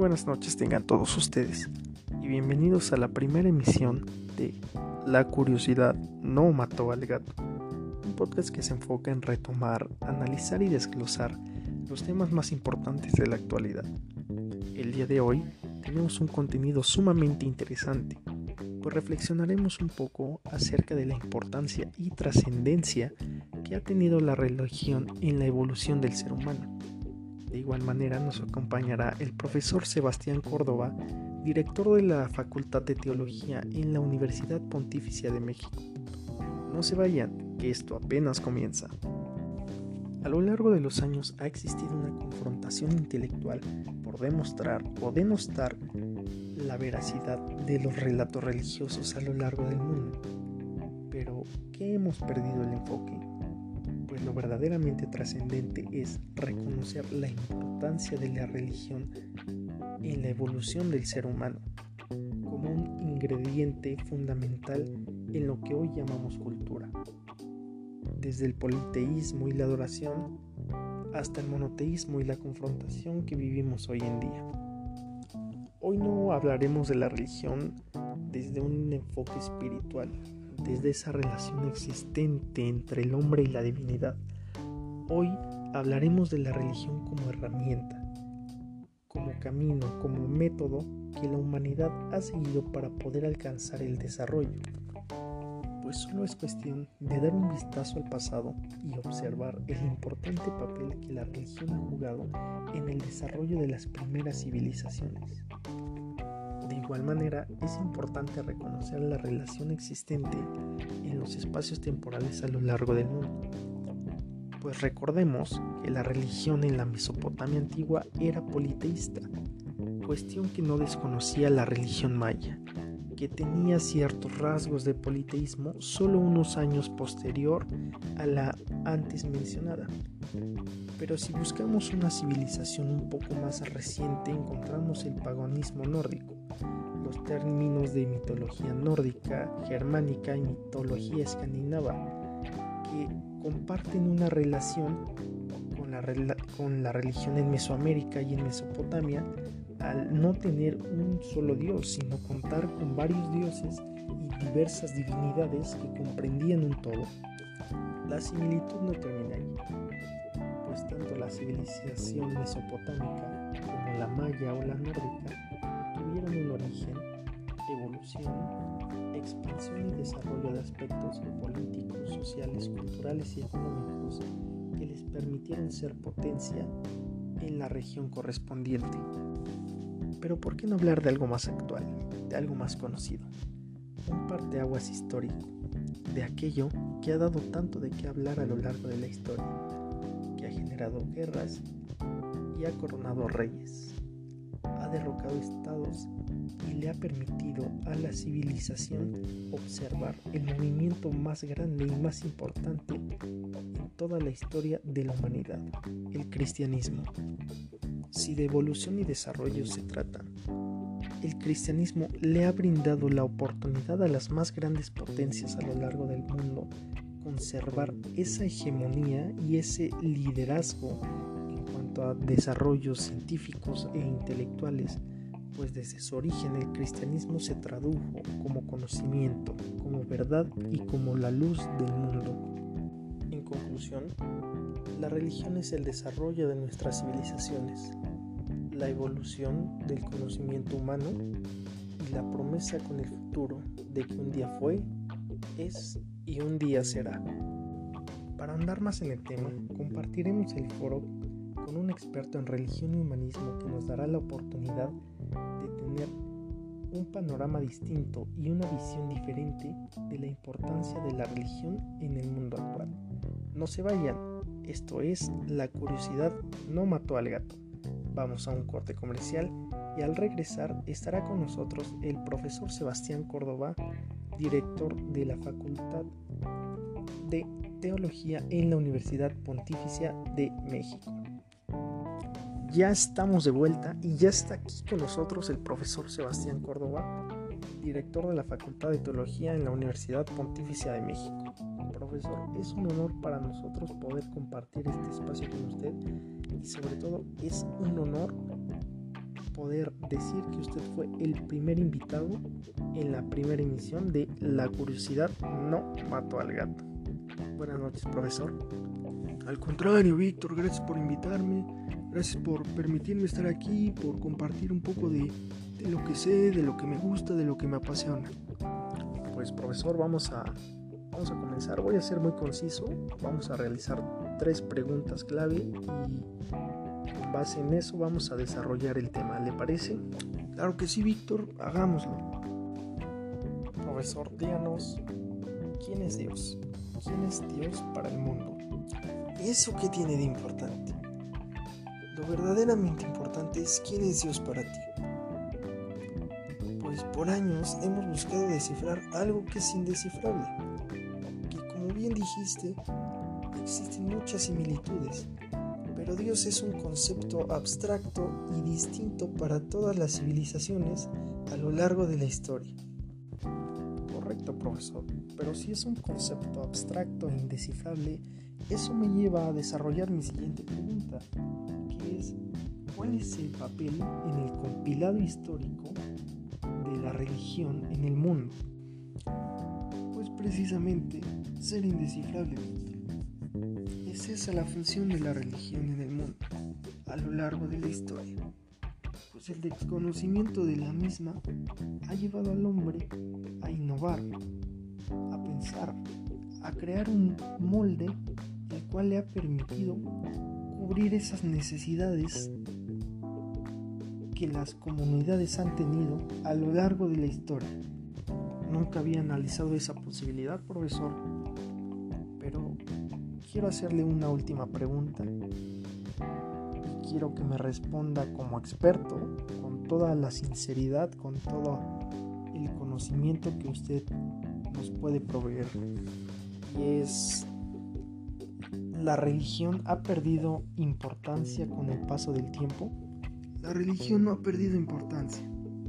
buenas noches tengan todos ustedes y bienvenidos a la primera emisión de La curiosidad no mató al gato, un podcast que se enfoca en retomar, analizar y desglosar los temas más importantes de la actualidad. El día de hoy tenemos un contenido sumamente interesante, pues reflexionaremos un poco acerca de la importancia y trascendencia que ha tenido la religión en la evolución del ser humano. De igual manera nos acompañará el profesor Sebastián Córdoba, director de la Facultad de Teología en la Universidad Pontificia de México. No se vayan, que esto apenas comienza. A lo largo de los años ha existido una confrontación intelectual por demostrar o denostar la veracidad de los relatos religiosos a lo largo del mundo. Pero, ¿qué hemos perdido el enfoque? Pues lo verdaderamente trascendente es reconocer la importancia de la religión en la evolución del ser humano como un ingrediente fundamental en lo que hoy llamamos cultura. Desde el politeísmo y la adoración hasta el monoteísmo y la confrontación que vivimos hoy en día. Hoy no hablaremos de la religión desde un enfoque espiritual, desde esa relación existente entre el hombre y la divinidad. Hoy hablaremos de la religión como herramienta, como camino, como método que la humanidad ha seguido para poder alcanzar el desarrollo. Pues solo es cuestión de dar un vistazo al pasado y observar el importante papel que la religión ha jugado en el desarrollo de las primeras civilizaciones. De igual manera, es importante reconocer la relación existente en los espacios temporales a lo largo del mundo. Pues recordemos que la religión en la Mesopotamia antigua era politeísta, cuestión que no desconocía la religión maya, que tenía ciertos rasgos de politeísmo solo unos años posterior a la antes mencionada. Pero si buscamos una civilización un poco más reciente, encontramos el paganismo nórdico, los términos de mitología nórdica, germánica y mitología escandinava, que comparten una relación con la religión en Mesoamérica y en Mesopotamia, al no tener un solo dios, sino contar con varios dioses y diversas divinidades que comprendían un todo. La similitud no termina ahí, pues tanto la civilización mesopotámica como la maya o la nórdica tuvieron un origen, evolución, expansión y desarrollo de aspectos políticos, sociales, culturales y económicos que les permitieron ser potencia en la región correspondiente. Pero ¿por qué no hablar de algo más actual, de algo más conocido? Un parteaguas histórico, de aquello que ha dado tanto de qué hablar a lo largo de la historia, que ha generado guerras y ha coronado reyes, ha derrocado estados y le ha permitido a la civilización observar el movimiento más grande y más importante en toda la historia de la humanidad, el cristianismo. Si de evolución y desarrollo se trata, el cristianismo le ha brindado la oportunidad a las más grandes potencias a lo largo del mundo conservar esa hegemonía y ese liderazgo en cuanto a desarrollos científicos e intelectuales, pues desde su origen el cristianismo se tradujo como conocimiento, como verdad y como la luz del mundo. En conclusión, la religión es el desarrollo de nuestras civilizaciones, la evolución del conocimiento humano y la promesa con el futuro de que un día fue, es y un día será. Para ahondar más en el tema, compartiremos el foro con un experto en religión y humanismo que nos dará la oportunidad de tener un panorama distinto y una visión diferente de la importancia de la religión en el mundo actual. No se vayan, esto es La curiosidad no mató al gato. Vamos a un corte comercial y al regresar estará con nosotros el profesor Sebastián Córdoba, director de la Facultad de Teología en la Universidad Pontificia de México. Ya estamos de vuelta y ya está aquí con nosotros el profesor Sebastián Córdoba, director de la Facultad de Teología en la Universidad Pontificia de México. Profesor, es un honor para nosotros poder compartir este espacio con usted y sobre todo es un honor poder decir que usted fue el primer invitado en la primera emisión de La curiosidad no mató al gato. Buenas noches, profesor. Al contrario, Víctor, gracias por invitarme, gracias por permitirme estar aquí, por compartir un poco de lo que sé, de lo que me gusta, de lo que me apasiona. Pues, profesor, vamos a comenzar. Voy a ser muy conciso. Vamos a realizar 3 preguntas clave y con base en eso vamos a desarrollar el tema. ¿Le parece? Claro que sí, Víctor, hagámoslo. Profesor, díganos, ¿quién es Dios? ¿Quién es Dios para el mundo? ¿Eso qué tiene de importante? Lo verdaderamente importante es quién es Dios para ti. Pues por años hemos buscado descifrar algo que es indescifrable, que como bien dijiste, existen muchas similitudes, pero Dios es un concepto abstracto y distinto para todas las civilizaciones a lo largo de la historia. Correcto, profesor, pero si es un concepto abstracto e indescifrable, eso me lleva a desarrollar mi siguiente pregunta, que es: ¿cuál es el papel en el compilado histórico de la religión en el mundo? Pues precisamente ser indescifrable. Es esa la función de la religión en el mundo a lo largo de la historia, pues el desconocimiento de la misma ha llevado al hombre a innovar, a pensar, a crear un molde el cual le ha permitido cubrir esas necesidades que las comunidades han tenido a lo largo de la historia. Nunca había analizado esa posibilidad, profesor, pero quiero hacerle una última pregunta y quiero que me responda como experto, con toda la sinceridad, con todo el conocimiento que usted nos puede proveer. Y es: ¿la religión ha perdido importancia con el paso del tiempo? La religión no ha perdido importancia.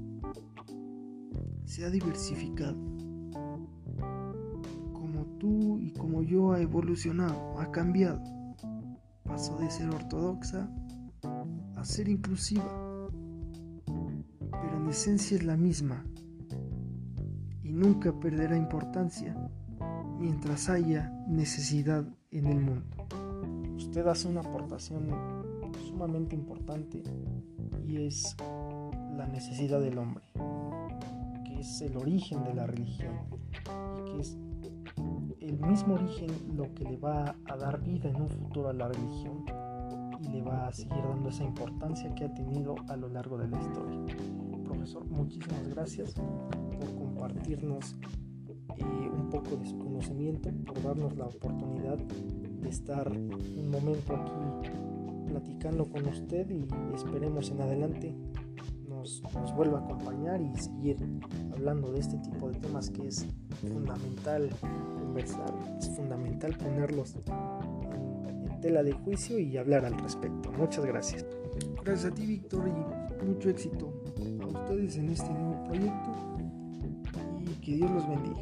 Se ha diversificado. Como tú y como yo ha evolucionado, ha cambiado. Pasó de ser ortodoxa a ser inclusiva. Pero en esencia es la misma y nunca perderá importancia mientras haya necesidad en el mundo. Usted hace una aportación sumamente importante y es la necesidad del hombre, que es el origen de la religión y que es el mismo origen lo que le va a dar vida en un futuro a la religión y le va a seguir dando esa importancia que ha tenido a lo largo de la historia. Profesor, muchísimas gracias por compartirnos un poco de su conocimiento, por darnos la oportunidad de estar un momento aquí platicando con usted, y esperemos en adelante nos vuelva a acompañar y seguir hablando de este tipo de temas que es fundamental conversar, es fundamental ponerlos en tela de juicio y hablar al respecto. Muchas gracias. Gracias a ti, Víctor, y mucho éxito a ustedes en este nuevo proyecto y que Dios los bendiga.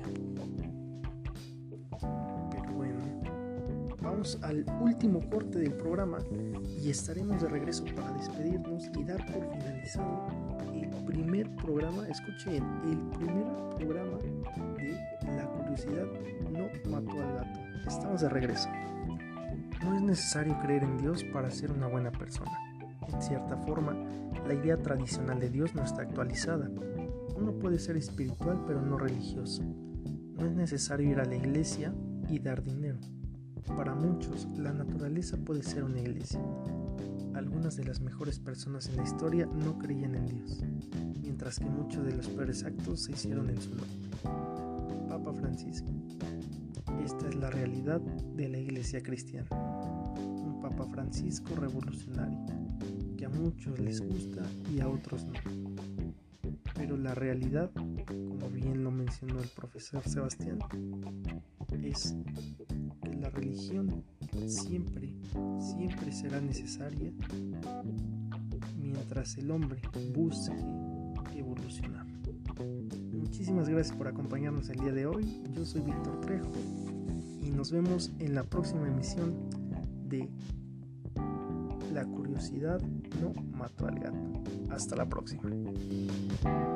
Pero bueno, vamos al último corte del programa y estaremos de regreso para despedirnos y dar por finalizado el primer programa. Escuchen, el primer programa de La curiosidad no mató al gato. Estamos de regreso. No es necesario creer en Dios para ser una buena persona. En cierta forma, la idea tradicional de Dios no está actualizada. Uno puede ser espiritual pero no religioso. No es necesario ir a la iglesia y dar dinero. Para muchos, la naturaleza puede ser una iglesia. Algunas de las mejores personas en la historia no creían en Dios, mientras que muchos de los peores actos se hicieron en su nombre. Papa Francisco. Esta es la realidad de la iglesia cristiana. Un Papa Francisco revolucionario, que a muchos les gusta y a otros no. Pero la realidad, como bien lo mencionó el profesor Sebastián, es que la religión siempre será necesaria mientras el hombre busque evolucionar. Muchísimas gracias por acompañarnos el día de hoy. Yo soy Víctor Trejo y nos vemos en la próxima emisión de la curiosidad no mató al gato. Hasta la próxima.